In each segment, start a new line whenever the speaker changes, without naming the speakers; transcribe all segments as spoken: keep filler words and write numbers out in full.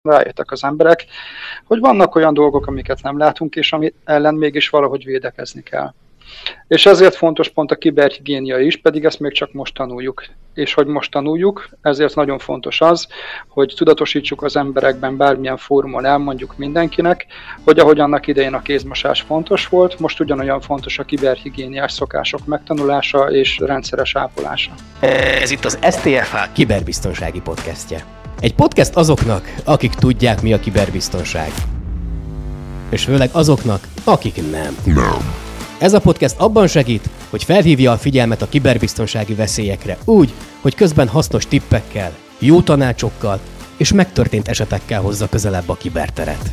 rájöttek az emberek, hogy vannak olyan dolgok, amiket nem látunk, és ami ellen mégis valahogy védekezni kell. És ezért fontos pont a kiberhigiénia is, pedig ezt még csak most tanuljuk. És hogy most tanuljuk, ezért nagyon fontos az, hogy tudatosítsuk az emberekben, bármilyen fórumon elmondjuk mindenkinek, hogy ahogy annak idején a kézmosás fontos volt, most ugyanolyan fontos a kiberhigiéniás szokások megtanulása és rendszeres ápolása.
Ez itt az es té ef há kiberbiztonsági podcastje. Egy podcast azoknak, akik tudják, mi a kiberbiztonság. És főleg azoknak, akik nem. Nem. Ez a podcast abban segít, hogy felhívja a figyelmet a kiberbiztonsági veszélyekre úgy, hogy közben hasznos tippekkel, jó tanácsokkal és megtörtént esetekkel hozza közelebb a kiberteret.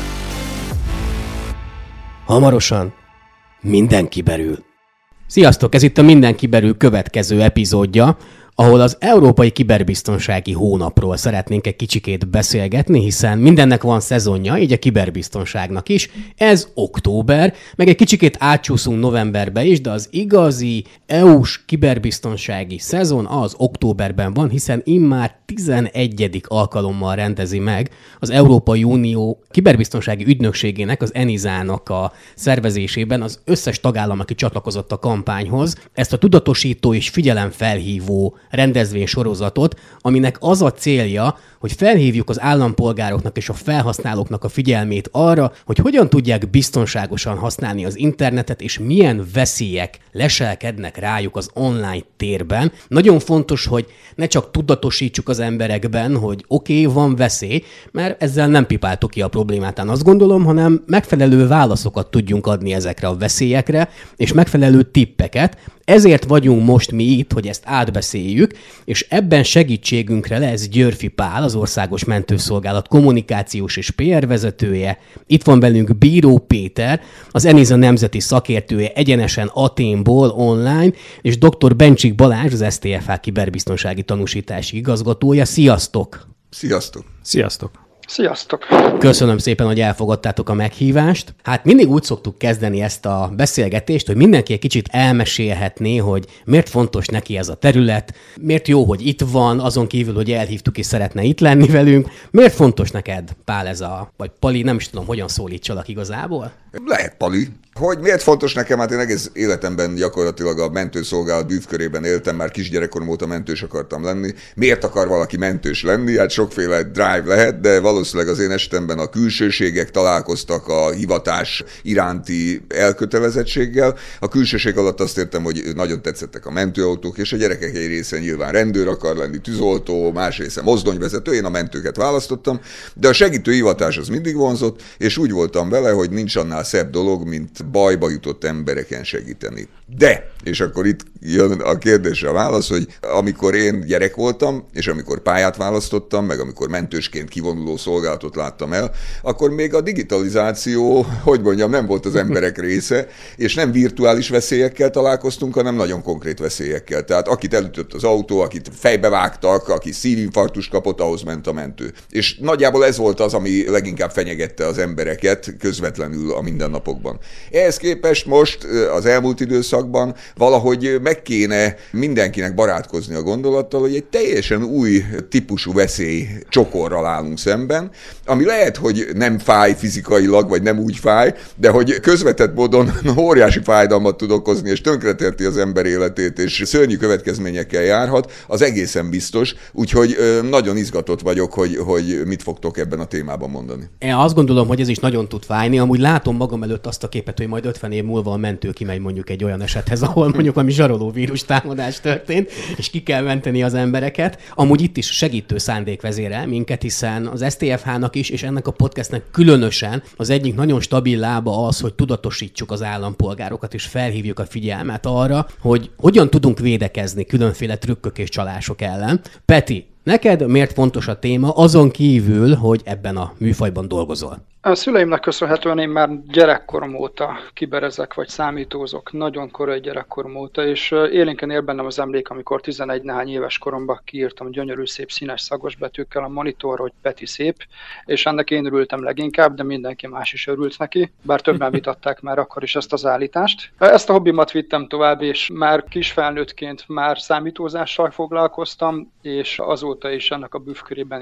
Hamarosan minden kiberül. Sziasztok, ez itt a Minden kiberül következő epizódja, ahol az Európai Kiberbiztonsági Hónapról szeretnénk egy kicsikét beszélgetni, hiszen mindennek van szezonja, így a kiberbiztonságnak is. Ez október, meg egy kicsikét átcsúszunk novemberbe is, de az igazi é u-s kiberbiztonsági szezon az októberben van, hiszen immár tizenegyedik alkalommal rendezi meg az Európai Unió kiberbiztonsági ügynökségének, az enizának a szervezésében az összes tagállam, aki csatlakozott a kampányhoz, ezt a tudatosító és figyelemfelhívó rendezvény sorozatot, aminek az a célja, hogy felhívjuk az állampolgároknak és a felhasználóknak a figyelmét arra, hogy hogyan tudják biztonságosan használni az internetet, és milyen veszélyek leselkednek rájuk az online térben. Nagyon fontos, hogy ne csak tudatosítsuk az emberekben, hogy oké, okay, van veszély, mert ezzel nem pipáltuk ki a problémát, azt gondolom, hanem megfelelő válaszokat tudjunk adni ezekre a veszélyekre, és megfelelő tippeket. Ezért vagyunk most mi itt, hogy ezt átbeszéljük, és ebben segítségünkre lesz Györfi Pál, az Országos Mentőszolgálat kommunikációs és pé er vezetője. Itt van velünk Bíró Péter, az ENISA nemzeti szakértője egyenesen Athénból online, és dr. Bencsik Balázs, az es té ef há kiberbiztonsági tanúsítási igazgatója. Sziasztok!
Sziasztok!
Sziasztok!
Sziasztok!
Köszönöm szépen, hogy elfogadtátok a meghívást. Hát mindig úgy szoktuk kezdeni ezt a beszélgetést, hogy mindenki egy kicsit elmesélhetné, hogy miért fontos neki ez a terület, miért jó, hogy itt van, azon kívül, hogy elhívtuk és szeretne itt lenni velünk. Miért fontos neked, Pál, ez a, vagy Pali, nem is tudom, hogyan szólítsalak igazából?
Lehet Pali. Hogy miért fontos nekem? Hát én egész életemben gyakorlatilag a mentőszolgálat bűvkörében éltem, már kisgyerekkorom óta mentős akartam lenni. Miért akar valaki mentős lenni? Hát sokféle drive lehet, de valószínűleg az én esetemben a külsőségek találkoztak a hivatás iránti elkötelezettséggel. A külsőség alatt azt értem, hogy nagyon tetszettek a mentőautók, és a gyerekek egy része nyilván rendőr akar lenni, tűzoltó, más része mozdonyvezető, én a mentőket választottam, de a segítő hivatás az mindig vonzott, és úgy voltam vele, hogy nincs annál szebb dolog, mint bajba jutott embereken segíteni. De, és akkor itt jön a kérdésre a válasz, hogy amikor én gyerek voltam, és amikor pályát választottam, meg amikor mentősként kivonuló szolgálatot láttam el, akkor még a digitalizáció, hogy mondjam, nem volt az emberek része, és nem virtuális veszélyekkel találkoztunk, hanem nagyon konkrét veszélyekkel. Tehát akit elütött az autó, akit fejbevágtak, aki szívinfarktust kapott, ahhoz ment a mentő. És nagyjából ez volt az, ami leginkább fenyegette az embereket közvetlenül a mindennapokban. Ehhez képest most az elmúlt időszakban valahogy meg kéne mindenkinek barátkozni a gondolattal, hogy egy teljesen új típusú veszély csokorral állunk szemben, ami lehet, hogy nem fáj fizikailag, vagy nem úgy fáj, de hogy közvetett módon óriási fájdalmat tud okozni, és tönkretérti az ember életét, és szörnyű következményekkel járhat, az egészen biztos, úgyhogy nagyon izgatott vagyok, hogy, hogy mit fogtok ebben a témában mondani.
Én azt gondolom, hogy ez is nagyon tud fájni, amúgy látom magam előtt azt a képet, hogy majd ötven év múlva a mentő kimegy mondjuk egy olyan esethez, ahol mondjuk valami zsaroló vírus támadás történt, és ki kell menteni az embereket. Amúgy itt is segítő szándék vezérel minket, hiszen az es té ef há-nak is, és ennek a podcastnek különösen az egyik nagyon stabil lába az, hogy tudatosítsuk az állampolgárokat, és felhívjuk a figyelmet arra, hogy hogyan tudunk védekezni különféle trükkök és csalások ellen. Peti, neked miért fontos a téma, azon kívül, hogy ebben a műfajban dolgozol?
A szüleimnek köszönhetően én már gyerekkorom óta kiberezek, vagy számítózok, nagyon korai gyerekkorom óta, és élénken él bennem az emlék, amikor tizenegy néhány éves koromban kiírtam gyönyörű, szép, színes, szagos betűkkel a monitorra, hogy Peti szép, és ennek én örültem leginkább, de mindenki más is örült neki, bár többen vitatták már akkor is ezt az állítást. Ezt a hobbimat vittem tovább, és már kisfelnőttként már számítózással foglalkoztam, és azóta is ennek a bűvkörében élek.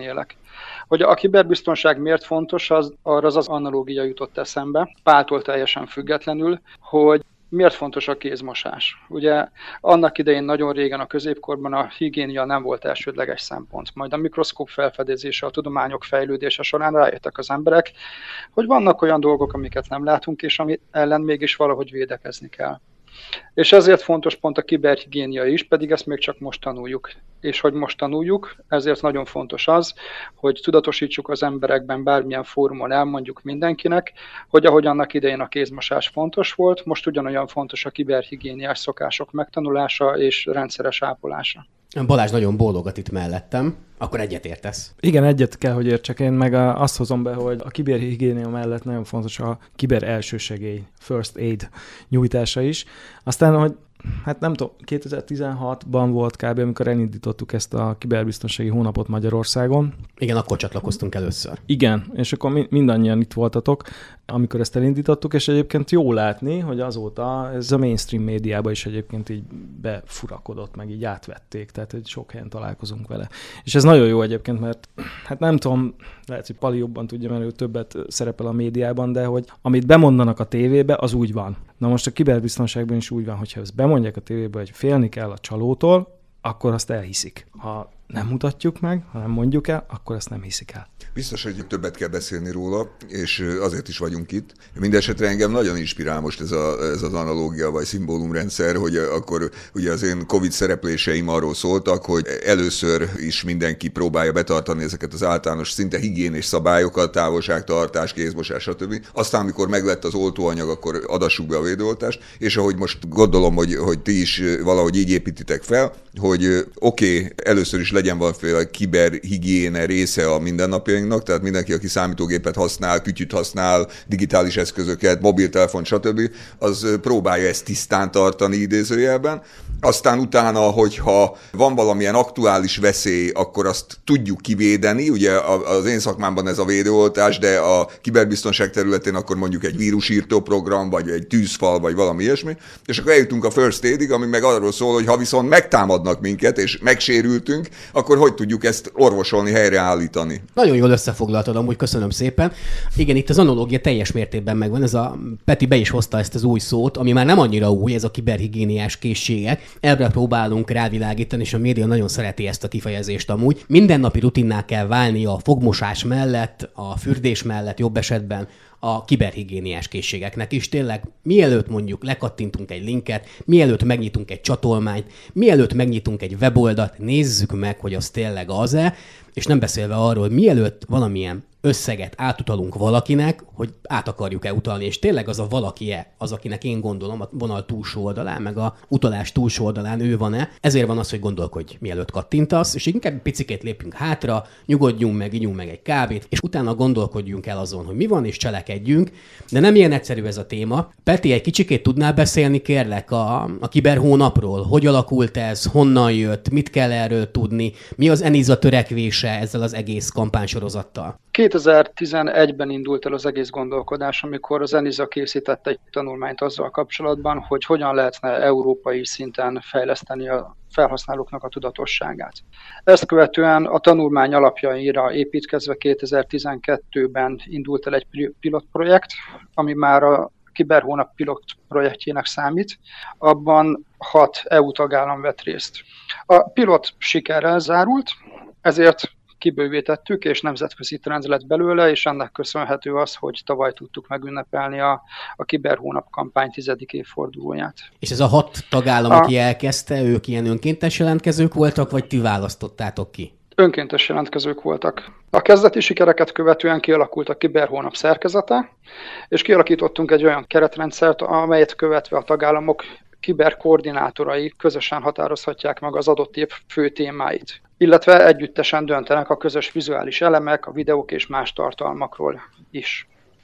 Hogy a kiberbiztonság miért fontos, az, arra az az analógia jutott eszembe, Páltól teljesen függetlenül, hogy miért fontos a kézmosás? Ugye annak idején nagyon régen a középkorban a higiénia nem volt elsődleges szempont. Majd a mikroszkóp felfedezése, a tudományok fejlődése során rájöttek az emberek, hogy vannak olyan dolgok, amiket nem látunk, és ami ellen mégis valahogy védekezni kell. És ezért fontos pont a kiberhigiénia is, pedig ezt még csak most tanuljuk. És hogy most tanuljuk, ezért nagyon fontos az, hogy tudatosítsuk az emberekben, bármilyen fórumon elmondjuk mindenkinek, hogy ahogy annak idején a kézmosás fontos volt, most ugyanolyan fontos a kiberhigiéniás szokások megtanulása és rendszeres ápolása.
Balázs nagyon bólogat itt mellettem, akkor egyet értesz.
Igen, egyet kell, hogy értsek. Én meg azt hozom be, hogy a kiberhigiénia mellett nagyon fontos a kiber elsősegély, first aid nyújtása is. Aztán, hogy hát nem tudom, kétezer-tizenhatban volt kb. Amikor elindítottuk ezt a kiberbiztonsági hónapot Magyarországon.
Igen, akkor csatlakoztunk először.
Igen, és akkor mindannyian itt voltatok, amikor ezt elindítottuk, és egyébként jó látni, hogy azóta ez a mainstream médiában is egyébként így befurakodott, meg így átvették, tehát hogy sok helyen találkozunk vele. És ez nagyon jó egyébként, mert hát nem tudom, lehet, hogy Pali jobban tudja, mert ő többet szerepel a médiában, de hogy amit bemondanak a tévébe, az úgy van. Na most a kiberbiztonságban is úgy van, hogyha ezt bemondják a tévébe, hogy félni kell a csalótól, akkor azt elhiszik. Ha nem mutatjuk meg, ha nem mondjuk el, akkor ezt nem hiszik el.
Biztos, hogy többet kell beszélni róla, és azért is vagyunk itt. Mindenesetre engem nagyon inspirál most ez, a, ez az analógia vagy szimbólumrendszer, hogy akkor ugye az én Covid szerepléseim arról szóltak, hogy először is mindenki próbálja betartani ezeket az általános, szinte higiénés szabályokat, távolságtartás, kézmosás, stb. Aztán, amikor meglett az oltóanyag, akkor adassuk be a védőoltást, és ahogy most gondolom, hogy, hogy ti is valahogy így építitek fel, hogy oké, okay, először is legyen valamiféle kiberhigiéne része a mindennapjainknak, tehát mindenki, aki számítógépet használ, kütyüt használ, digitális eszközöket, mobiltelefon, stb., az próbálja ezt tisztán tartani idézőjelben. Aztán utána, hogyha van valamilyen aktuális veszély, akkor azt tudjuk kivédeni. Ugye az én szakmámban ez a védőoltás, de a kiberbiztonság területén akkor mondjuk egy vírusírtó program, vagy egy tűzfal, vagy valami ilyesmi. És akkor eljutunk a first aidig, ami meg arról szól, hogy ha viszont megtámadnak minket, és megsérültünk, akkor hogy tudjuk ezt orvosolni, helyreállítani.
Nagyon jól összefoglaltad, amúgy köszönöm szépen. Igen, itt az analógia teljes mértékben megvan. Ez a Peti be is hozta ezt az új szót, ami már nem annyira új, ez a kiberhigiéniás készségek. Erre próbálunk rávilágítani, és a média nagyon szereti ezt a kifejezést amúgy. Mindennapi rutinná kell válni a fogmosás mellett, a fürdés mellett jobb esetben a kiberhigiéniás készségeknek is. Tényleg, mielőtt mondjuk lekattintunk egy linket, mielőtt megnyitunk egy csatolmányt, mielőtt megnyitunk egy weboldalt, nézzük meg, hogy az tényleg az-e, és nem beszélve arról, hogy mielőtt valamilyen összeget átutalunk valakinek, hogy át akarjuk-e utalni, és tényleg az a valaki-e, az, akinek én gondolom, a vonal túlsó oldalán, meg a utalás túlsó oldalán ő van-e. Ezért van az, hogy gondolkodj, mielőtt kattintasz, és inkább picikét lépjünk hátra, nyugodjunk meg, igyunk meg egy kávét, és utána gondolkodjunk el azon, hogy mi van, és cselekedjünk. De nem ilyen egyszerű ez a téma. Peti, egy kicsikét tudnál beszélni, kérlek, a, a kiberhónapról? Hogy alakult ez, honnan jött, mit kell erről tudni, mi az ENISA törekvése ezzel az egész kampánysorozattal?
kétezer-tizenegyben indult el az egész gondolkodás, amikor az ENISA készített egy tanulmányt azzal kapcsolatban, hogy hogyan lehetne európai szinten fejleszteni a felhasználóknak a tudatosságát. Ezt követően a tanulmány alapjaira építkezve kétezer-tizenkettőben indult el egy pilotprojekt, ami már a Kiberhónap pilot projektjének számít. Abban hat é u tagállam vett részt. A pilot sikerrel zárult, ezért kibővítettük, és nemzetközi trend lett belőle, és ennek köszönhető az, hogy tavaly tudtuk megünnepelni a, a Kiberhónap kampány tizedik évfordulóját. És
ez a hat tagállam, a... aki elkezdte, ők ilyen önkéntes jelentkezők voltak, vagy ti választottátok ki?
Önkéntes jelentkezők voltak. A kezdeti sikereket követően kialakult a Kiberhónap szerkezete, és kialakítottunk egy olyan keretrendszert, amelyet követve a tagállamok kiberkoordinátorai közösen határozhatják meg az adott év fő témáit, illetve együttesen döntenek a közös vizuális elemek, a videók és más tartalmakról is.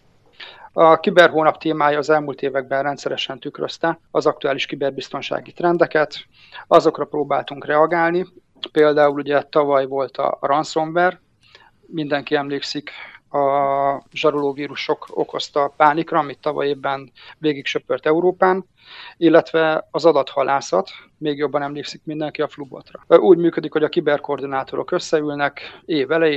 A Kiberhónap témája az elmúlt években rendszeresen tükrözte az aktuális kiberbiztonsági trendeket, azokra próbáltunk reagálni, például ugye tavaly volt a ransomware, mindenki emlékszik a zsarolóvírusok okozta pánikra, amit tavaly évben végig söpört Európán, illetve az adathalászat, még jobban emlékszik mindenki a Flubotra. Úgy működik, hogy a kiberkoordinátorok összeülnek év elején,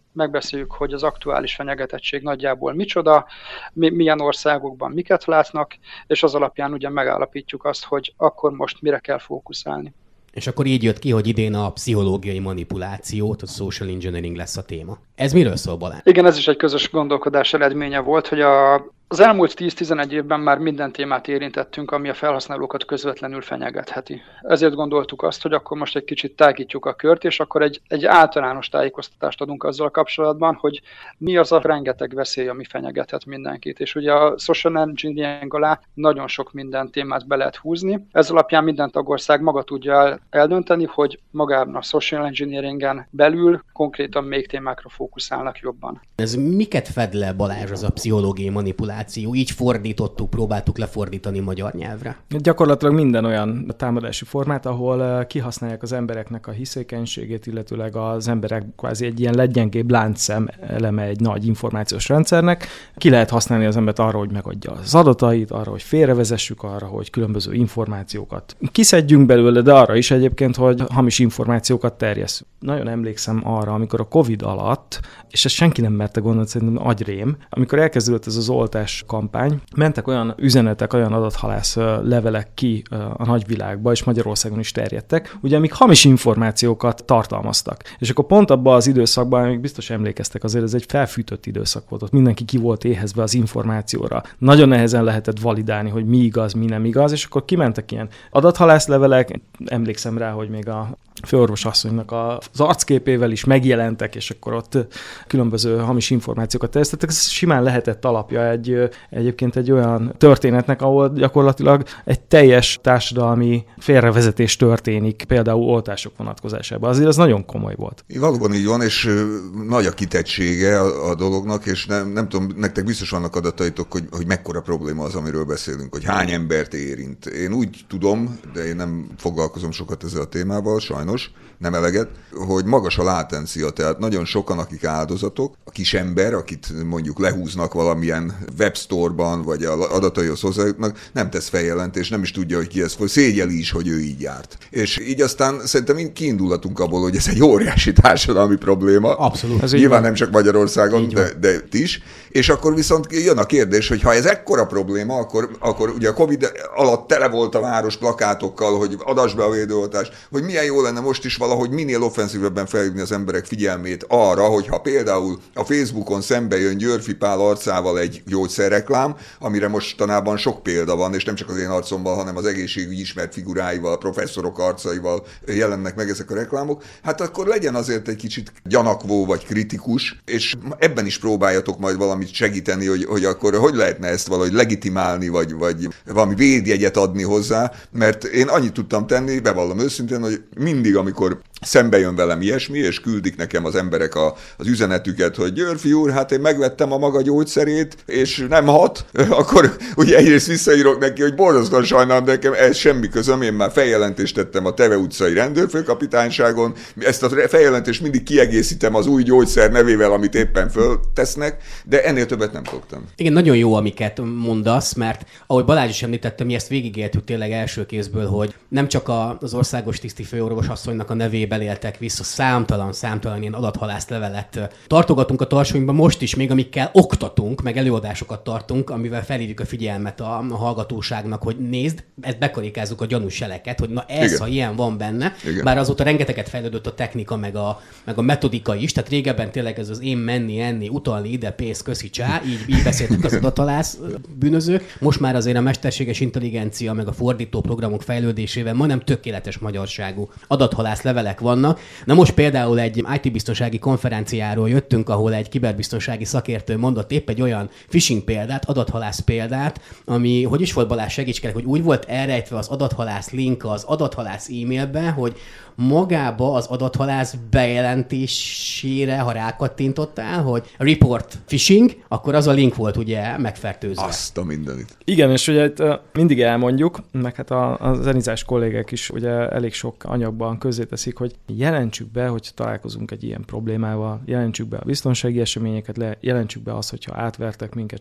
megbeszéljük, hogy az aktuális fenyegetettség nagyjából micsoda, mi, milyen országokban miket látnak, és az alapján ugye megállapítjuk azt, hogy akkor most mire kell fókuszálni.
És akkor így jött ki, hogy idén a pszichológiai manipuláció, a social engineering lesz a téma. Ez miről szól, Balázs?
Igen, ez is egy közös gondolkodás eredménye volt, hogy a Az elmúlt tíz-tizenegy évben már minden témát érintettünk, ami a felhasználókat közvetlenül fenyegetheti. Ezért gondoltuk azt, hogy akkor most egy kicsit tágítjuk a kört, és akkor egy, egy általános tájékoztatást adunk azzal a kapcsolatban, hogy mi az a rengeteg veszély, ami fenyegethet mindenkit. És ugye a social engineering alá nagyon sok minden témát be lehet húzni. Ez alapján minden tagország maga tudja eldönteni, hogy magában a social engineeringen belül konkrétan még témákra fókuszálnak jobban.
Ez miket fed le, Balázs, az a pszichológiai manipuláció? Így fordítottuk, próbáltuk lefordítani magyar nyelvre.
Gyakorlatilag minden olyan támadási formát, ahol kihasználják az embereknek a hiszékenységét, illetőleg az emberek kvázi egy ilyen leggyengébb láncszem eleme egy nagy információs rendszernek. Ki lehet használni az embert arra, hogy megadja az adatait, arra, hogy félrevezessük, arra, hogy különböző információkat kiszedjünk belőle, de arra is egyébként, hogy hamis információkat terjesz. Nagyon emlékszem arra, amikor a Covid alatt, és ezt senki nem merte gondolni, szerintem agyrém, amikor elkezdődött ez az oltás kampány, mentek olyan üzenetek, olyan adathalász levelek ki a nagyvilágba, és Magyarországon is terjedtek, ugye amik hamis információkat tartalmaztak. És akkor pont abban az időszakban, amíg biztos emlékeztek, azért ez egy felfűtött időszak volt, ott mindenki ki volt éhezve az információra. Nagyon nehezen lehetett validálni, hogy mi igaz, mi nem igaz, és akkor kimentek ilyen adathalász levelek, emlékszem rá, hogy még a főorvos asszonynak az arcképével is megjelentek, és akkor ott különböző hamis információkat terjesztettek. Ez simán lehetett alapja egy, egyébként egy olyan történetnek, ahol gyakorlatilag egy teljes társadalmi félrevezetés történik, például oltások vonatkozásában. Azért az nagyon komoly volt.
Valóban így van, és nagy a kitettsége a, a dolognak, és nem, nem tudom, nektek biztos vannak adataitok, hogy, hogy mekkora probléma az, amiről beszélünk, hogy hány embert érint. Én úgy tudom, de én nem foglalkozom sokat ezzel a témával, sajnos, nem eleget, hogy magas a látencia, tehát nagyon sokan, akik áldozatok, a kis ember, akit mondjuk lehúznak valamilyen webstore-ban, vagy adataihoz hozzájutnak, nem tesz feljelentést, nem is tudja, hogy ki ez, szégyeli is, hogy ő így járt. És így aztán szerintem kiindulatunk abból, hogy ez egy óriási társadalmi probléma.
Abszolút.
Ez nyilván nem csak Magyarországon, de, de is. És akkor viszont jön a kérdés, hogy ha ez ekkora probléma, akkor, akkor ugye a Covid alatt tele volt a város plakátokkal, hogy adasd be a védőoltást, hogy milyen jó lenne most is valahogy minél offenszívebben felhívni az emberek figyelmét arra, hogy ha például a Facebookon szembe jön Györfi Pál arcával egy gyógyszerreklám, amire mostanában sok példa van, és nem csak az én arcommal, hanem az egészségügy ismert figuráival, professzorok arcaival jelennek meg ezek a reklámok, hát akkor legyen azért egy kicsit gyanakvó vagy kritikus, és ebben is próbáljatok majd valamit segíteni, hogy, hogy akkor hogy lehetne ezt valahogy legitimálni, vagy, vagy valami védjegyet adni hozzá, mert én annyit tudtam tenni, bevallom őszintén, hogy mindig, amikor szembe jön velem ilyesmi, és küldik nekem az emberek a, az üzenetüket, hogy Györfi úr, hát én megvettem a maga gyógyszerét, és nem hat, akkor ugye egyrészt visszaírok neki, hogy borzasztóan sajnálom, de nekem ez semmi közöm, én már feljelentést tettem a Teve utcai rendőrfőkapitányságon, ezt a feljelentést mindig kiegészítem az új gyógyszer nevével, amit éppen föltesznek, de ennél többet nem szoktam.
Igen, nagyon jó, amiket mondasz, mert ahogy Balázs is említette, mi ezt végigéltük tényleg első kézből, hogy nem csak az országos tiszti főorvos asszonynak a nevében éltek vissza, számtalan, számtalan ilyen adathalász levelet tartogatunk a tartsonyban most is, még amikkel oktatunk, meg előadásokat tartunk, amivel felhívjuk a figyelmet a, a hallgatóságnak, hogy nézd, ezt bekarikázzuk a gyanús jeleket, hogy na ez, igen, ha ilyen van benne, igen, bár azóta rengeteget fejlődött a technika, meg a, meg a metodika is, tehát régebben tényleg ez az én menni, enni, utalni, ide, pénz, köszi, csá, így, így beszéltek az adathalász bűnözők. Most már azért a mesterséges intelligencia, meg a fordító programok fejlődésével majdnem tökéletes magyarságú adathalász levelek vannak. Na most például egy í té-biztonsági konferenciáról jöttünk, ahol egy kiberbiztonsági szakértő mondott épp egy olyan phishing példát, adathalász példát, ami, hogy is volt, Balázs, segíts, hogy úgy volt elrejtve az adathalász link az adathalász e-mailbe, hogy magába az adathalász bejelentésére, ha rákattintottál, hogy report phishing, akkor az a link volt ugye megfertőzve.
Azt a mindenit.
Igen, és ugye itt mindig elmondjuk, meg hát a, a zenizás kollégák is ugye elég sok anyagban közzéteszik, hogy jelentsük be, hogy találkozunk egy ilyen problémával, jelentsük be a biztonsági eseményeket, le, jelentsük be azt, hogyha átvertek minket,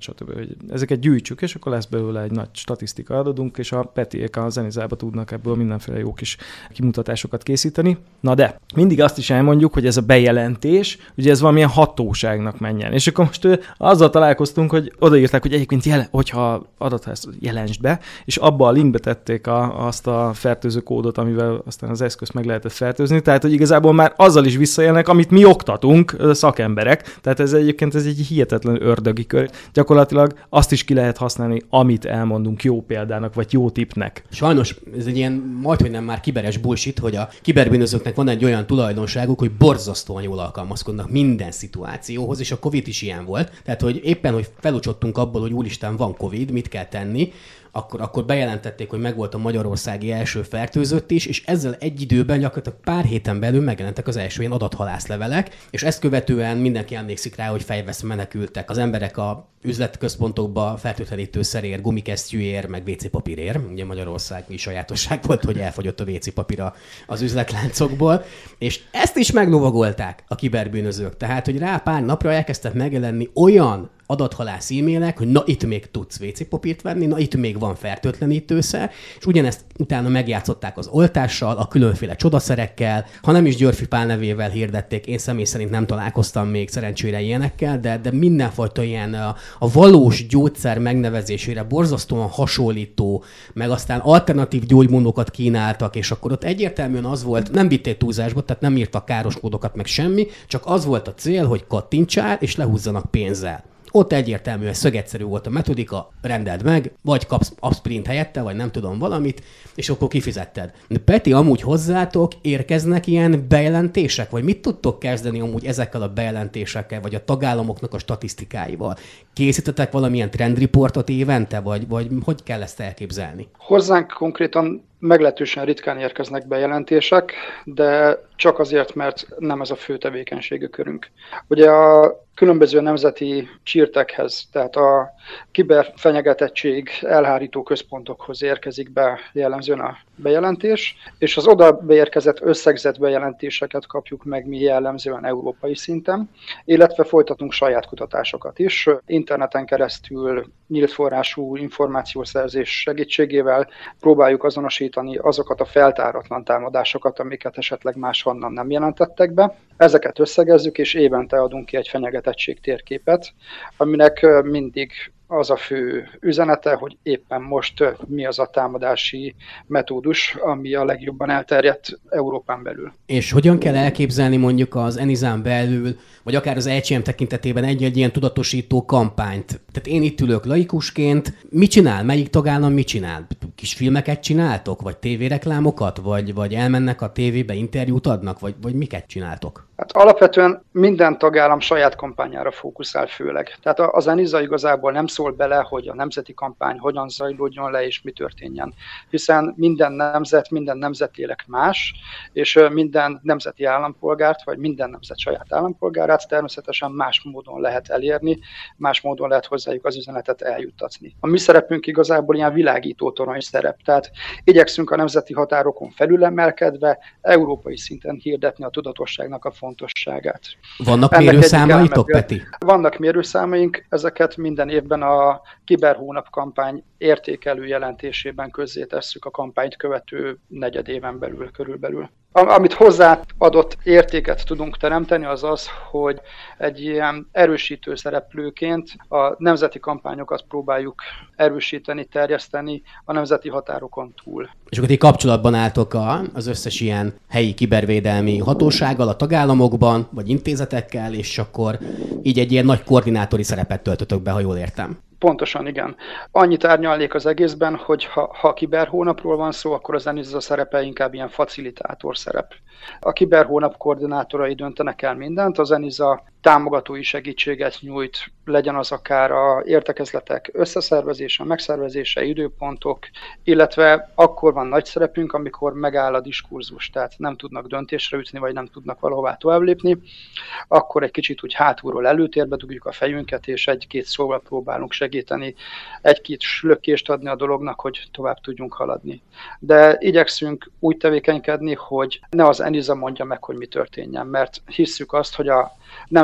stb. Hogy ezeket gyűjtsük, és akkor lesz belőle egy nagy statisztika adadunk, és a Petiék a Zenizába tudnak ebből mindenféle jó kis kimutatásokat készíteni. Na de, mindig azt is elmondjuk, hogy ez a bejelentés, ugye ez valamilyen hatóságnak menjen. És akkor most azzal találkoztunk, hogy odaírták, hogy egyébként jele, hogyha adatház jelentsd be, és abba a linkbe tették a, azt a fertőző kódot, amivel aztán az eszközt meg lehetett fertőzni. Tehát, hogy igazából már azzal is visszajelnek, amit mi oktatunk, szakemberek. Tehát ez egyébként ez egy hihetetlen ördögi kör. Gyakorlatilag azt is ki lehet használni, amit elmondunk jó példának, vagy jó tippnek.
Sajnos ez egy ilyen majdhogy nem már kiberes bullshit, hogy a kiberbűnözőknek van egy olyan tulajdonságuk, hogy borzasztóan jól alkalmazkodnak minden szituációhoz, és a Covid is ilyen volt. Tehát, hogy éppen, hogy felucsottunk abból, hogy úristen, van Covid, mit kell tenni, Akkor, akkor bejelentették, hogy megvolt a magyarországi első fertőzött is, és ezzel egy időben gyakorlatilag pár héten belül megjelentek az első ilyen adathalászlevelek, és ezt követően mindenki emlékszik rá, hogy fejveszve menekültek az emberek a üzletközpontokba fertőtlenítőszerért, gumikesztyűért, meg vé cé papírért. Ugye Magyarországi sajátosság volt, hogy elfogyott a vé cé papír az üzletláncokból, és ezt is meglovagolták a kiberbűnözők. Tehát, hogy rá pár napra elkezdtek megjelenni olyan adathalász e-mailek, hogy na itt még tudsz vé cé papírt venni, na itt még van fertőtlenítőszer, és ugyanezt utána megjátszották az oltással, a különféle csodaszerekkel, ha nem is Györfi Pál nevével hirdették, én személy szerint nem találkoztam még szerencsére ilyenekkel, de, de mindenfajta ilyen a, a valós gyógyszer megnevezésére borzasztóan hasonlító, meg aztán alternatív gyógymódokat kínáltak, és akkor ott egyértelműen az volt, nem vitték túlzásba, tehát nem írtak káros kódokat, meg semmi, csak az volt a cél, hogy kattintsál, és lehúzzanak pénzzel. Ott egyértelműen szögetszerű volt a metodika, rendeld meg, vagy kapsz aspirin helyette, vagy nem tudom valamit, és akkor kifizetted. De Peti, amúgy hozzátok érkeznek ilyen bejelentések, vagy mit tudtok kezdeni amúgy ezekkel a bejelentésekkel, vagy a tagállamoknak a statisztikáival? Készítetek valamilyen trendriportot évente, vagy, vagy hogy kell ezt elképzelni?
Hozzánk konkrétan meglehetősen ritkán érkeznek bejelentések, de csak azért, mert nem ez a fő tevékenységű körünk. Ugye a különböző nemzeti csírtekhez, tehát a kiberfenyegetettség elhárító központokhoz érkezik be jellemzően a bejelentés, és az oda beérkezett összegzett bejelentéseket kapjuk meg mi jellemzően európai szinten, illetve folytatunk saját kutatásokat is. Interneten keresztül nyílt forrású információszerzés segítségével próbáljuk azonosítani azokat a feltáratlan támadásokat, amiket esetleg máshonnan nem jelentettek be. Ezeket összegezzük, és évente adunk ki egy fenyegetettség térképet, aminek mindig az a fő üzenete, hogy éppen most mi az a támadási metódus, ami a legjobban elterjedt Európán belül.
És hogyan kell elképzelni mondjuk az Enizán belül, vagy akár az é cé em tekintetében egy-egy ilyen tudatosító kampányt? Tehát én itt ülök laikusként, mit csinál? Melyik tagállam mit csinál? Kis filmeket csináltok? Vagy tévéreklámokat? Vagy, vagy elmennek a tévébe, interjút adnak? Vagy, vagy miket csináltok?
Hát alapvetően minden tagállam saját kampányára fókuszál főleg. Tehát az Eniza igazából nem szól bele, hogy a nemzeti kampány hogyan zajlódjon le és mi történjen. Hiszen minden nemzet, minden nemzetlélek más, és minden nemzeti állampolgárt, vagy minden nemzet saját állampolgárát természetesen más módon lehet elérni, más módon lehet hozzájuk az üzenetet eljuttatni. A mi szerepünk igazából ilyen világító torony szerep, tehát igyekszünk a nemzeti határokon felülemelkedve európai szinten hirdetni a tudatosságnak a fontosságát.
Vannak mérőszámaitok, Peti?
Vannak mérőszámaink, ezeket minden évben a Kiberhónap kampány értékelő jelentésében közzétesszük a kampányt követő negyed éven belül, körülbelül. Amit hozzáadott értéket tudunk teremteni, az az, hogy egy ilyen erősítő szereplőként a nemzeti kampányokat próbáljuk erősíteni, terjeszteni a nemzeti határokon túl.
És akkor ti kapcsolatban álltok a, az összes ilyen helyi kibervédelmi hatósággal a tagállamokban, vagy intézetekkel, és akkor így egy ilyen nagy koordinátori szerepet töltötök be, ha jól értem.
Pontosan, igen. Annyit árnyalnék az egészben, hogy ha, ha kiberhónapról van szó, akkor az Eniza szerepe inkább ilyen facilitátor szerep. A kiberhónap koordinátorai döntenek el mindent, az Eniza támogatói segítséget nyújt, legyen az akár a értekezletek összeszervezése, megszervezése, időpontok, illetve akkor van nagy szerepünk, amikor megáll a diskurzus, tehát nem tudnak döntésre ütni, vagy nem tudnak valahová tovább lépni, akkor egy kicsit úgy hátulról előtérbe dugjuk a fejünket, és egy-két szóval próbálunk segíteni, egy-két lökést adni a dolognak, hogy tovább tudjunk haladni. De igyekszünk úgy tevékenykedni, hogy ne az Eniza mondja meg, hogy mi történjen, mert hisszük azt, hogy a nemzeti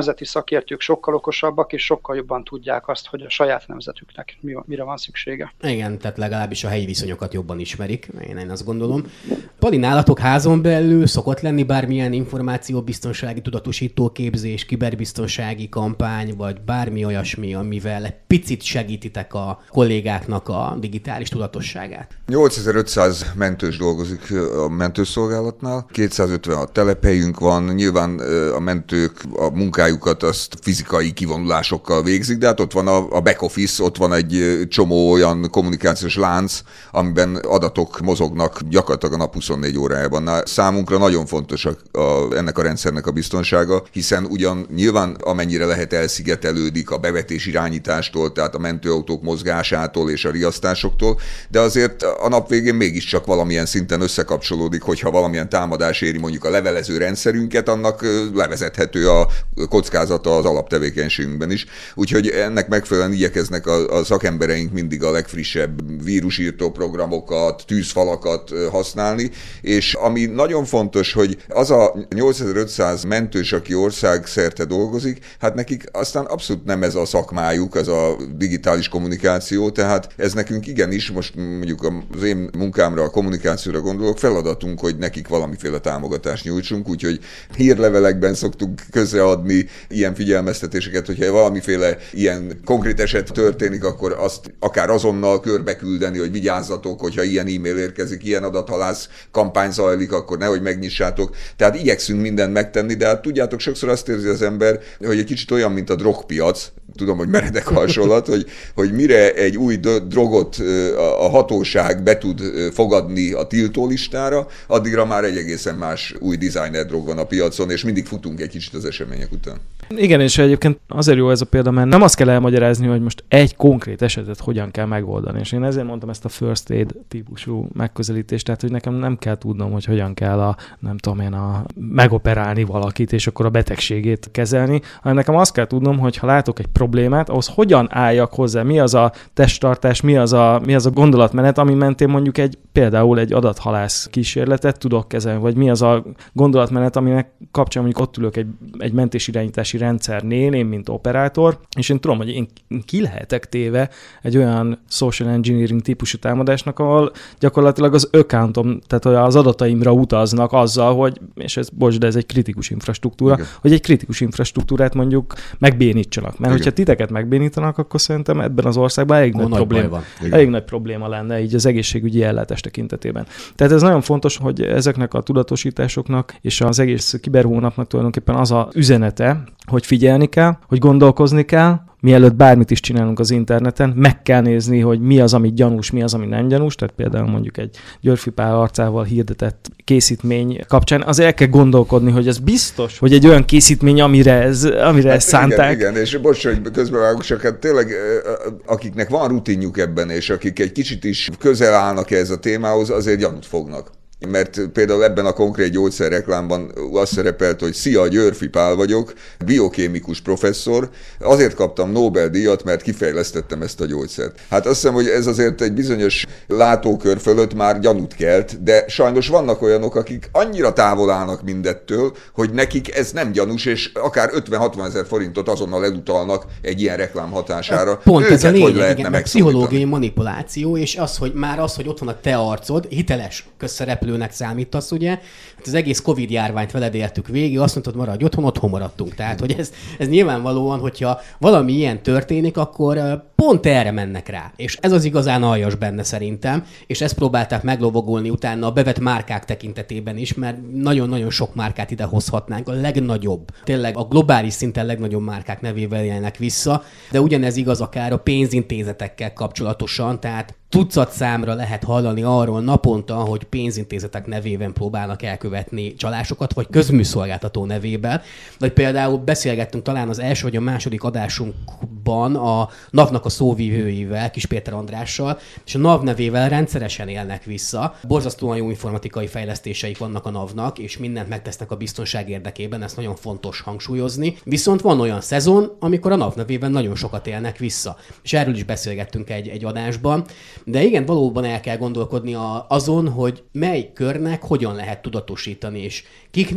nemzeti szakértők sokkal okosabbak, és sokkal jobban tudják azt, hogy a saját nemzetüknek mi, mire van szüksége.
Igen, tehát legalábbis a helyi viszonyokat jobban ismerik, én, én azt gondolom. Pali, nálatok házon belül szokott lenni bármilyen információbiztonsági tudatosító képzés, kiberbiztonsági kampány, vagy bármi olyasmi, amivel egy picit segítitek a kollégáknak a digitális tudatosságát?
nyolcezer-ötszáz mentős dolgozik a mentőszolgálatnál, kétszázötvenhat telephelyünk van, nyilván a mentők a munkájukat azt fizikai kivonulásokkal végzik, de hát ott van a back office, ott van egy csomó olyan kommunikációs lánc, amiben adatok mozognak gyakorlatilag a nap huszonnégy órájában. Számunkra nagyon fontos a, a, ennek a rendszernek a biztonsága, hiszen ugyan nyilván amennyire lehet elszigetelődik a bevetés irányítástól, tehát a mentőautók mozgásától és a riasztásoktól, de azért a nap végén mégiscsak valamilyen szinten összekapcsolódik, hogyha valamilyen támadás éri mondjuk a levelező rendszerünket, annak levezethető a kockázata az alaptevékenységünkben is. Úgyhogy ennek megfelelően igyekeznek a, a szakembereink mindig a legfrissebb vírusírtó programokat, tűzfalakat használni, és ami nagyon fontos, hogy az a nyolcezer-ötszáz mentős, aki országszerte dolgozik, hát nekik aztán abszolút nem ez a szakmájuk, ez a digitális kommunikáció, tehát ez nekünk igenis, most mondjuk az én munkámra, a kommunikációra gondolok, feladatunk, hogy nekik valamiféle támogatást nyújtsunk, úgyhogy hírlevelekben szoktunk közreadni ilyen figyelmeztetéseket, hogyha valamiféle ilyen konkrét eset történik, akkor azt akár azonnal körbeküldeni, hogy vigyázzatok, hogyha ilyen e-mail érkezik, ilyen adathalász kampány zajlik, akkor nehogy megnyissátok. Tehát igyekszünk mindent megtenni, de hát tudjátok, sokszor azt érzi az ember, hogy egy kicsit olyan, mint a drogpiac, tudom, hogy meredek hasonlat, hogy, hogy mire egy új drogot a hatóság be tud fogadni a tiltólistára, addigra már egy egészen más új designer drog van a piacon, és mindig futunk egy kicsit az események után.
Igen, és egyébként azért jó ez a példa, mert nem azt kell elmagyarázni, hogy most egy konkrét esetet hogyan kell megoldani. És én ezért mondtam ezt a first aid típusú megközelítést, tehát hogy nekem nem kell tudnom, hogy hogyan kell a, nem tudom én, a megoperálni valakit, és akkor a betegségét kezelni, hanem nekem azt kell tudnom, hogy ha látok egy problémát, ahhoz hogyan álljak hozzá, mi az a testtartás, mi az a, mi az a gondolatmenet, ami mentén mondjuk egy, például egy adathalász kísérletet tudok kezelni, vagy mi az a gondolatmenet, aminek kapcsán mondjuk ott ülök egy, egy mentésirányítási rendszernél, én mint operátor, és én tudom, hogy én ki lehetek téve egy olyan social engineering típusú támadásnak, ahol gyakorlatilag az accountom, tehát az adataimra utaznak azzal, hogy, és ez, bocs, de ez egy kritikus infrastruktúra, igen, hogy egy kritikus infrastruktúrát mondjuk megbénítsanak. Mert igen, hogyha titeket megbénítanak, akkor szerintem ebben az országban elég, nagy, nagy, probléma, elég nagy probléma lenne így az egészségügyi ellátás tekintetében. Tehát ez nagyon fontos, hogy ezeknek a tudatosításoknak és az egész kiberhónapnak tulajdonképpen az a üzenete, hogy figyelni kell, hogy gondolkozni kell, mielőtt bármit is csinálunk az interneten, meg kell nézni, hogy mi az, ami gyanús, mi az, ami nem gyanús, tehát például mondjuk egy Györfi Pál arcával hirdetett készítmény kapcsán, az el kell gondolkodni, hogy ez biztos, hogy egy olyan készítmény, amire, ez, amire hát ezt szánták.
Igen, igen, és bocs, hogy közbevágok, csak hát tényleg akiknek van rutinjuk ebben, és akik egy kicsit is közel állnak ez a témához, azért gyanút fognak. Mert például ebben a konkrét gyógyszerreklámban azt szerepelt, hogy szia, Györfi Pál vagyok, biokémikus professzor, azért kaptam Nobel-díjat, mert kifejlesztettem ezt a gyógyszert. Hát azt hiszem, hogy ez azért egy bizonyos látókör fölött már gyanút kelt, de sajnos vannak olyanok, akik annyira távol állnak mindettől, hogy nekik ez nem gyanús, és akár ötven-hatvan ezer forintot azonnal elutalnak egy ilyen reklám hatására.
Pont őket ez a lényeg, igen, pszichológiai manipuláció, és az, hogy már az, hogy ott van a te arcod, hiteles közszereplőnek számítasz, ugye? Hát az egész Covid járványt veled éltük végig, azt mondtad, maradj otthon, otthon maradtunk. Tehát, hogy ez, ez nyilvánvalóan, hogyha valami ilyen történik, akkor pont erre mennek rá. És ez az igazán aljas benne szerintem, és ezt próbálták meglovagolni utána a bevett márkák tekintetében is, mert nagyon-nagyon sok márkát ide hozhatnánk, a legnagyobb, tényleg a globális szinten legnagyobb márkák nevével jelnek vissza, de ugyanez igaz akár a pénzintézetekkel kapcsolatosan, tehát tucat számra lehet hallani arról naponta, hogy pénzintézetek nevében próbálnak elkövetni csalásokat, vagy közműszolgáltató nevében. Vagy például beszélgettünk talán az első vagy a második adásunkban a NAV-nak a szóvivőivel, Kis Péter Andrással, és a NAV nevével rendszeresen élnek vissza. Borzasztóan jó informatikai fejlesztéseik vannak a NAV-nak, és mindent megtesznek a biztonság érdekében, ezt nagyon fontos hangsúlyozni. Viszont van olyan szezon, amikor a NAV nevében nagyon sokat élnek vissza. És erről is beszélgettünk egy, egy adásban. De igen, valóban el kell gondolkodni a, azon, hogy mely körnek hogyan lehet tudatosítani, és kiknek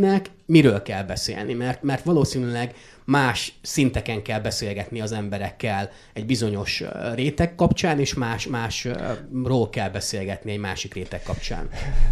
miről kell beszélni, mert, mert valószínűleg más szinteken kell beszélgetni az emberekkel egy bizonyos réteg kapcsán, és más, másról kell beszélgetni egy másik réteg kapcsán.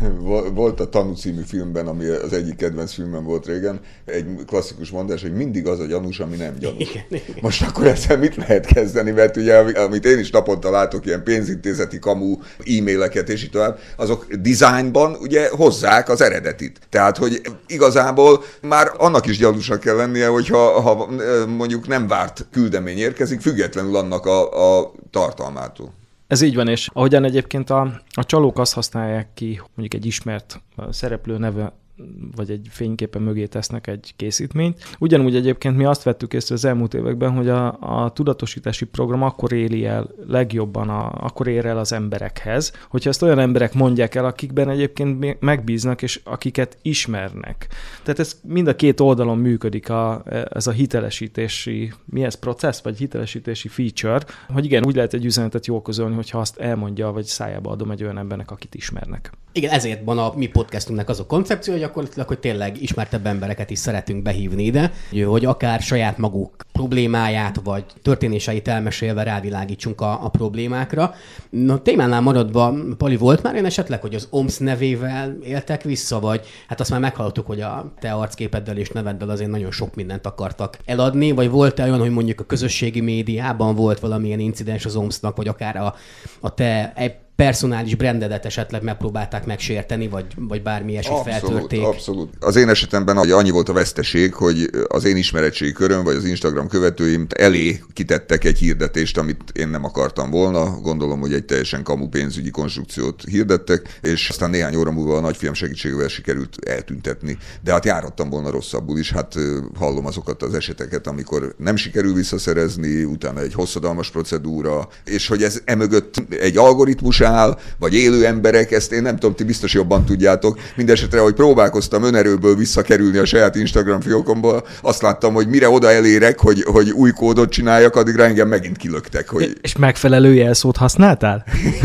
Volt a Tanú című filmben, ami az egyik kedvenc filmem volt régen, egy klasszikus mondás, hogy mindig az a gyanús, ami nem gyanús. Igen, igen. Most akkor ezzel mit lehet kezdeni, mert ugye, amit én is naponta látok, ilyen pénzintézeti kamu e-maileket és így tovább, azok dizájnban ugye hozzák az eredetit. Tehát, hogy igazából már annak is gyanúsnak kell lennie, hogyha ha mondjuk nem várt küldemény érkezik, függetlenül annak a, a tartalmától.
Ez így van, és ahogyan egyébként a, a csalók azt használják ki, mondjuk egy ismert szereplő neve, vagy egy fényképe mögé tesznek egy készítményt. Ugyanúgy egyébként mi azt vettük észre az elmúlt években, hogy a, a tudatosítási program akkor éli el legjobban, a, akkor ér el az emberekhez, hogyha ezt olyan emberek mondják el, akikben egyébként megbíznak, és akiket ismernek. Tehát ez mind a két oldalon működik a, ez a hitelesítési, mi ez, processz, vagy hitelesítési feature, hogy igen, úgy lehet egy üzenetet jól közölni, hogyha azt elmondja, vagy szájába adom egy olyan embernek, akit ismernek.
Igen, ezért van a mi podcastunknak az a koncepció, hogy gyakorlatilag, hogy tényleg ismertebb embereket is szeretünk behívni ide, hogy akár saját maguk problémáját, vagy történéseit elmesélve rávilágítsunk a, a problémákra. Na, témánál maradva, Pali, volt már én esetleg, hogy az o em es nevével éltek vissza, vagy hát azt már meghallottuk, hogy a te arcképeddel és neveddel azért nagyon sok mindent akartak eladni, vagy volt-e olyan, hogy mondjuk a közösségi médiában volt valamilyen incidens az o em es-nak, vagy akár a, a te personális brandedet esetleg megpróbálták megsérteni, vagy, vagy bármi ilyesmit feltörték?
Abszolút. Az én esetemben annyi volt a veszteség, hogy az én ismeretségi köröm, vagy az Instagram követőim elé kitettek egy hirdetést, amit én nem akartam volna. Gondolom, hogy egy teljesen kamu pénzügyi konstrukciót hirdettek, és aztán néhány óra múlva a nagyfiam segítségével sikerült eltüntetni. De hát járhattam volna rosszabbul is, hát hallom azokat az eseteket, amikor nem sikerül visszaszerezni, utána egy hosszadalmas procedúra, és hogy ez emögött egy algoritmus áll, vagy élő emberek, ezt én nem tudom, ti biztos jobban tudjátok. Mindenesetre, hogy próbálkoztam önerőből visszakerülni a saját Instagram fiókomból, azt láttam, hogy mire oda elérek, hogy, hogy új kódot csináljak, addigra engem megint kilöktek. Hogy...
És megfelelő jelszót használtál?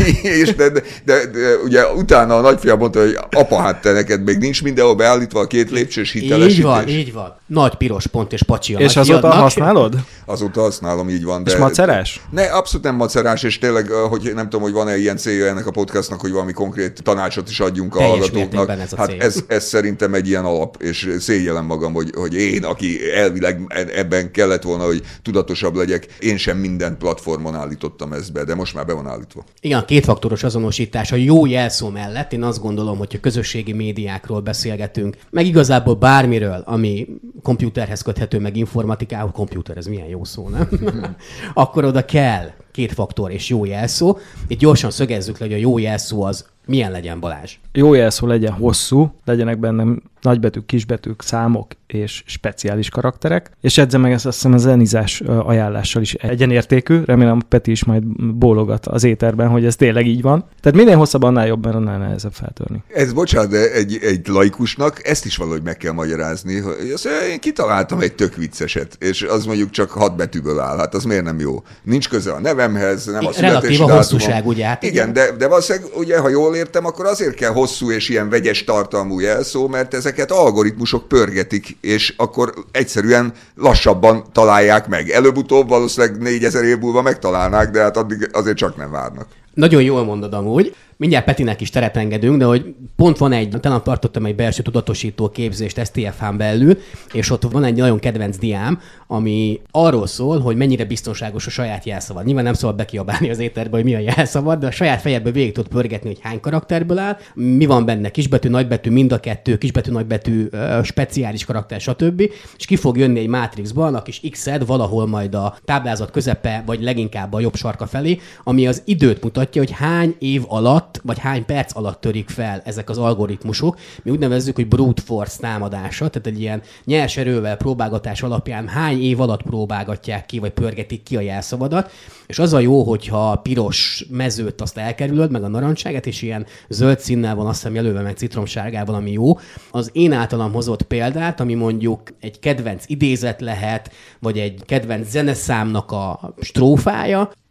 és de, de, de, de ugye utána a nagyfiam mondta, hogy apa, hát te neked még nincs mindenhol beállítva a két lépcsős hitelesítés.
Így van, így van. Nagy piros pont és pacsi a
És azóta kiadnak. Használod?
Azóta használom, így van. De...
És macerás?
Ne, abszolút nem macerás, és tényleg, hogy nem tudom, hogy van-e ilyen célja ennek a podcastnak, hogy valami konkrét tanácsot is adjunk a hallgatóknak.
Ez a
hát ez, ez szerintem egy ilyen alap, és szégyellem magam, hogy, hogy én, aki elvileg ebben kellett volna, hogy tudatosabb legyek, én sem minden platformon állítottam ezt be, de most már be van állítva.
Igen, a kétfaktoros azonosítás a jó jelszó mellett, én azt gondolom, hogy a közösségi médiákról beszélgetünk, meg igazából bármiről, ami komputerhez köthető, meg informatikához, komputer, ez milyen jó szó, nem? Akkor oda kell két faktor és jó jelszó. Itt gyorsan szögezzük le, hogy a jó jelszó az milyen legyen, Balázs?
Jó jelszó legyen hosszú, legyenek benne nagybetűk, kisbetűk, számok és speciális karakterek, és edze meg ezt azt hiszem a zenizás ajánlással is egyenértékű, remélem Peti is majd bólogat az éterben, hogy ez tényleg így van. Tehát minél hosszabb, annál jobb, mert annál nehezebb feltörni.
Ez, bocsánat, de egy, egy laikusnak ezt is valahogy meg kell magyarázni, hogy azt, én kitaláltam egy tök vicceset, és az mondjuk csak hat betűből áll, hát az miért nem jó? Nincs köze a nevemhez, nem a születési dátumom.
Relatív a hosszúság, ugye? Hát
igen, igen, de, de valószínűleg, ugye, ha jól értem, akkor azért kell hosszú és ilyen vegyes tartalmú jelszó, mert ezeket algoritmusok pörgetik, és akkor egyszerűen lassabban találják meg. Előbb-utóbb valószínűleg négyezer év múlva megtalálnák, de hát addig azért csak nem várnak.
Nagyon jól mondod amúgy. Mindjárt Petinek is teret engedünk, de hogy pont van egy, talán tartottam egy belső tudatosító képzést es té ef hán belül, és ott van egy nagyon kedvenc diám, ami arról szól, hogy mennyire biztonságos a saját jelszavad. Nyilván nem szabad bekiabálni az éterbe, hogy mi a jelszavad, de a saját fejedből végig tud pörgetni, hogy hány karakterből áll, mi van benne, kisbetű, nagybetű, mind a kettő, kisbetű, nagybetű, speciális karakter, stb. És ki fog jönni egy mátrixban, a kis X-ed valahol majd a táblázat közepe, vagy leginkább a jobb sarka felé, ami az időt mutatja, hogy hány év alatt vagy hány perc alatt törik fel ezek az algoritmusok. Mi úgy nevezzük, hogy brute force támadása, tehát egy ilyen nyers erővel próbálgatás alapján hány év alatt próbálgatják ki, vagy pörgetik ki a jelszavadat, és az a jó, hogyha a piros mezőt azt elkerülöd, meg a narancságát, és ilyen zöld színnel van, azt hiszem jelölve, meg citromsárgával, ami jó. Az én általam hozott példát, ami mondjuk egy kedvenc idézet lehet, vagy egy kedvenc zeneszámnak a strófája,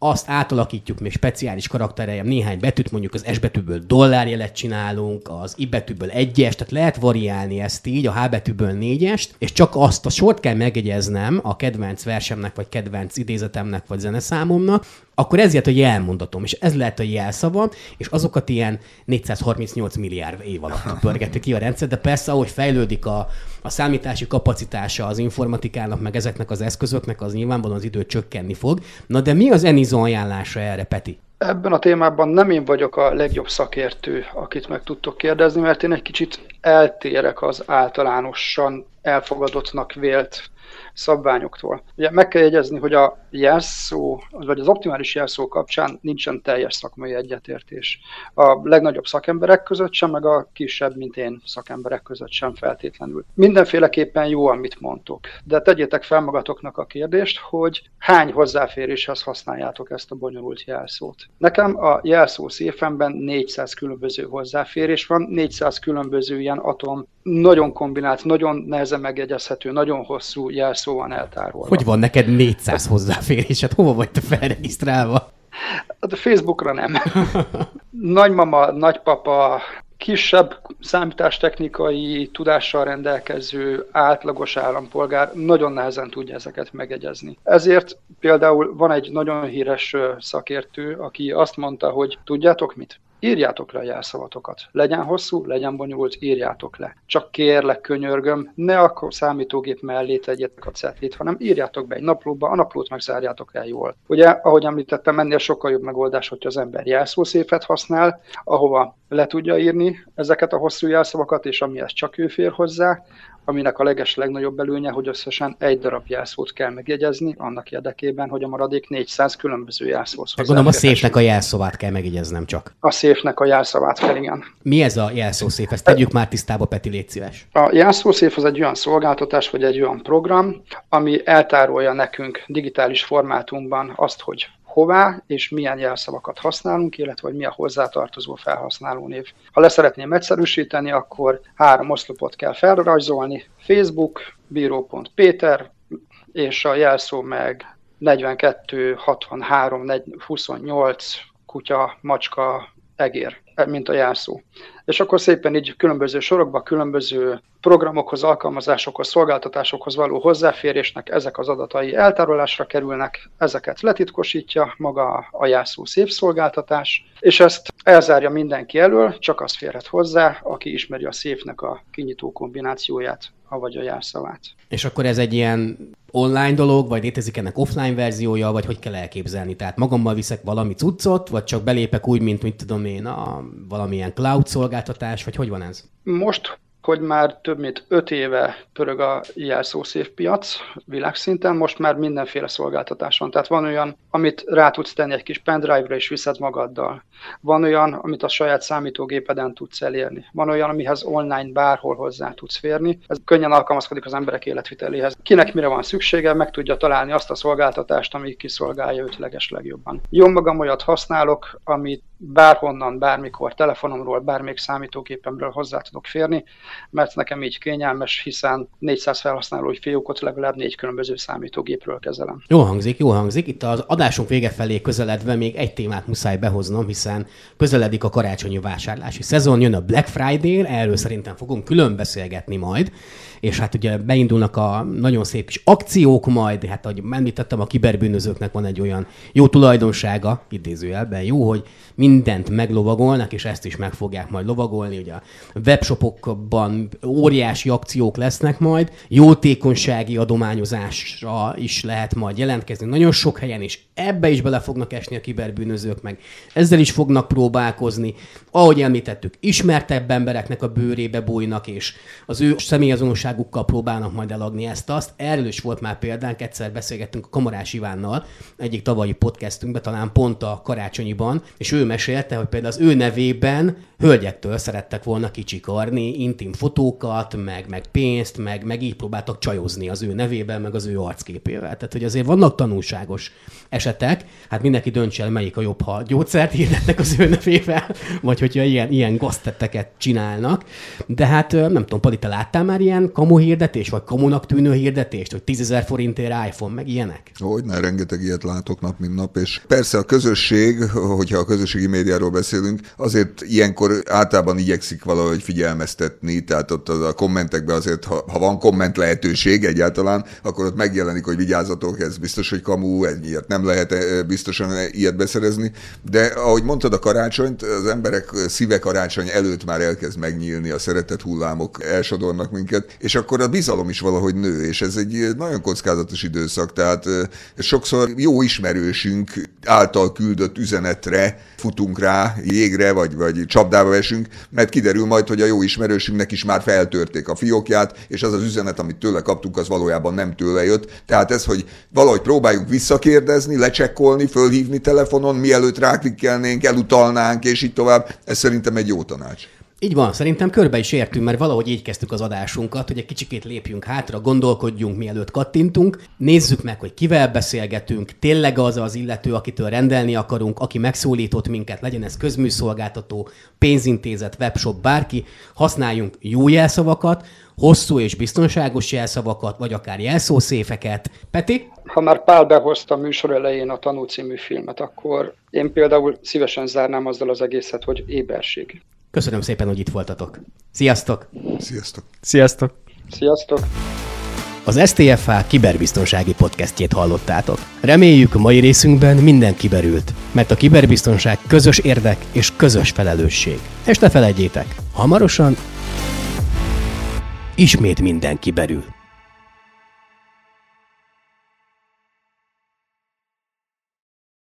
azt átalakítjuk még speciális karakterrel, néhány betűt, mondjuk az S betűből dollárjelet csinálunk, az I betűből egyes, tehát lehet variálni ezt így, a H betűből négyest, és csak azt a sort kell megjegyeznem a kedvenc versemnek, vagy kedvenc idézetemnek, vagy zeneszámomnak, akkor ez lehet a jelmondatom, és ez lehet a jelszavam, és azokat ilyen négyszázharmincnyolc milliárd év alatt pörgeti ki a rendszer, de persze, ahogy fejlődik a, a számítási kapacitása az informatikának, meg ezeknek az eszközöknek, az nyilvánvalóan az idő csökkenni fog. Na de mi az ENISO ajánlása erre, Peti?
Ebben a témában nem én vagyok a legjobb szakértő, akit meg tudtok kérdezni, mert én egy kicsit eltérek az általánosan elfogadottnak vélt szabványoktól. Ugye meg kell jegyezni, hogy a jelszó, vagy az optimális jelszó kapcsán nincsen teljes szakmai egyetértés. A legnagyobb szakemberek között sem, meg a kisebb, mint én szakemberek között sem feltétlenül. Mindenféleképpen jó, amit mondtok, de tegyétek fel magatoknak a kérdést, hogy hány hozzáféréshez használjátok ezt a bonyolult jelszót. Nekem a jelszó széfemben négyszáz különböző hozzáférés van, négyszáz különböző ilyen atom, nagyon kombinált, nagyon nehezen megjegyezhető, nagyon hosszú jelszó van eltárolva.
Hogy van neked négyszáz hozzáférésed? Hova vagy te felregisztrálva?
A Facebookra nem. Nagymama, nagypapa, kisebb számítástechnikai tudással rendelkező átlagos állampolgár nagyon nehezen tudja ezeket megegyezni. Ezért például van egy nagyon híres szakértő, aki azt mondta, hogy tudjátok mit? Írjátok le a jelszavatokat. Legyen hosszú, legyen bonyolult, írjátok le. Csak kérlek, könyörgöm, ne a számítógép mellé tegyétek a cetlit, hanem írjátok be egy naplóba, a naplót megzárjátok el jól. Ugye, ahogy említettem, ennél sokkal jobb megoldás, hogyha az ember jelszószéfet használ, ahova le tudja írni ezeket a hosszú jelszavakat, és amihez csak ő fér hozzá, aminek a leges legnagyobb előnye, hogy összesen egy darab jelszót kell megjegyezni, annak érdekében, hogy a maradék négyszáz különböző jelszóhoz hozzáférhessünk.
Gondolom a széfnek a jelszavát kell megjegyeznem csak.
A széfnek a jelszavát kell, igen.
Mi ez a jelszószéf? Ezt tegyük már tisztába, Peti, légy szíves.
A jelszószéf az egy olyan szolgáltatás, vagy egy olyan program, ami eltárolja nekünk digitális formátumban azt, hogy hová és milyen jelszavakat használunk, illetve hogy mi a hozzátartozó felhasználónév. Ha leszeretném egyszerűsíteni, akkor három oszlopot kell felrajzolni. Facebook, bíró pont péter, és a jelszó meg negyvenkettő, hatvanhárom, huszonnyolc, kutya, macska, egér, mint a jelszó. És akkor szépen így különböző sorokba, különböző programokhoz, alkalmazásokhoz, szolgáltatásokhoz való hozzáférésnek ezek az adatai eltárolásra kerülnek, ezeket letitkosítja maga a jelszó szép szolgáltatás, és ezt elzárja mindenki elől, csak az férhet hozzá, aki ismeri a széfnek a kinyitó kombinációját, avagy a jelszavát.
És akkor ez egy ilyen online dolog, vagy létezik ennek offline verziója, vagy hogy kell elképzelni? Tehát magammal viszek valami cuccot, vagy csak belépek úgy, mint mit tudom én, a valamilyen cloud szolgáltatás, vagy hogy van ez?
Most, hogy már több mint öt éve pörög a jelszószéf piac világszinten, most már mindenféle szolgáltatás van. Tehát van olyan, amit rá tudsz tenni egy kis pendrive-ra és viszed magaddal. Van olyan, amit a saját számítógépeden tudsz elérni. Van olyan, amihez online bárhol hozzá tudsz férni. Ez könnyen alkalmazkodik az emberek életviteléhez. Kinek mire van szüksége, meg tudja találni azt a szolgáltatást, ami kiszolgálja őt legeslegjobban. Jó magam olyat használok, amit bárhonnan, bármikor, telefonomról, bármelyik számítógépemről hozzá tudok férni, mert nekem így kényelmes, hiszen négyszáz felhasználói fiókot legalább négy különböző számítógépről kezelem.
Jó hangzik, jó hangzik. Itt az adásunk vége felé közeledve még egy témát muszáj behoznom, hiszen közeledik a karácsonyi vásárlási szezon, jön a Black Friday, erről szerintem fogunk külön beszélgetni majd, és hát ugye beindulnak a nagyon szép kis akciók majd, hát ahogy említettem, a kiberbűnözőknek van egy olyan jó tulajdonsága, idézőjelben jó, hogy mindent meglovagolnak, és ezt is meg fogják majd lovagolni, ugye a webshopokban óriási akciók lesznek majd, jótékonysági adományozásra is lehet majd jelentkezni nagyon sok helyen, és ebbe is bele fognak esni a kiberbűnözők, meg ezzel is fognak próbálkozni. Ahogy említettük, ismertebb embereknek a bőrébe bújnak, és az ő személyazonosságukkal próbálnak majd elagni ezt-azt. Erről is volt már példánk, egyszer beszélgettünk a Kamarás Ivánnal, egyik tavalyi podcastünkben, talán pont a karácsonyiban, és ő mesélte, hogy például az ő nevében hölgyektől szerettek volna kicsikarni intim fotókat, meg, meg pénzt, meg, meg így próbáltak csajozni az ő nevében, meg az ő arcképével. Tehát, hogy azért vannak tanulságos keresetek, hát mindenki döntse el, melyik a jobb, ha gyógyszert hirdetnek az ő nevével, vagy hogyha ilyen, ilyen gaztetteket csinálnak. De hát nem tudom, Pali, te láttál már ilyen kamu hirdetés, vagy kamunak tűnő hirdetést, hogy tízezer forintért iPhone, meg ilyenek?
Hogyne, rengeteg ilyet látok nap, mint nap, és persze a közösség, hogyha a közösségi médiáról beszélünk, azért ilyenkor általában igyekszik valahogy figyelmeztetni, tehát ott a kommentekben azért, ha, ha van komment lehetőség egyáltalán, akkor ott megjelenik, hogy vigyázzatok, ez biztos, hogy kamu, ilyet nem lehet biztosan ilyet beszerezni, de ahogy mondtad a karácsonyt, az emberek szíve karácsony előtt már elkezd megnyílni, a szeretet hullámok elsodornak minket, és akkor a bizalom is valahogy nő, és ez egy nagyon kockázatos időszak, tehát sokszor jó ismerősünk által küldött üzenetre futunk rá, jégre, vagy, vagy csapdába esünk, mert kiderül majd, hogy a jó ismerősünknek is már feltörték a fiókját, és az az üzenet, amit tőle kaptunk, az valójában nem tőle jött. Tehát ez, hogy valahogy próbáljuk visszakérdezni, lecsekkolni, fölhívni telefonon, mielőtt ráklikkelnénk, elutalnánk, és így tovább, ez szerintem egy jó tanács.
Így van, szerintem körbe is értünk, mert valahogy így kezdtük az adásunkat, hogy egy kicsikét lépjünk hátra, gondolkodjunk, mielőtt kattintunk, nézzük meg, hogy kivel beszélgetünk, tényleg az az illető, akitől rendelni akarunk, aki megszólított minket, legyen ez közműszolgáltató, pénzintézet, webshop, bárki, használjunk jó jelszavakat, hosszú és biztonságos jelszavakat, vagy akár jelszószéfeket. Peti?
Ha már Pál behozta a műsor elején a Tanú című filmet, akkor én például szívesen zárnám azzal az egészet, hogy éberség.
Köszönöm szépen, hogy itt voltatok. Sziasztok!
Sziasztok!
Sziasztok!
Sziasztok!
Az es té ef há kiberbiztonsági podcastjét hallottátok. Reméljük, mai részünkben minden kiberült, mert a kiberbiztonság közös érdek és közös felelősség. És ne felejtjétek, hamarosan ismét minden kiberül.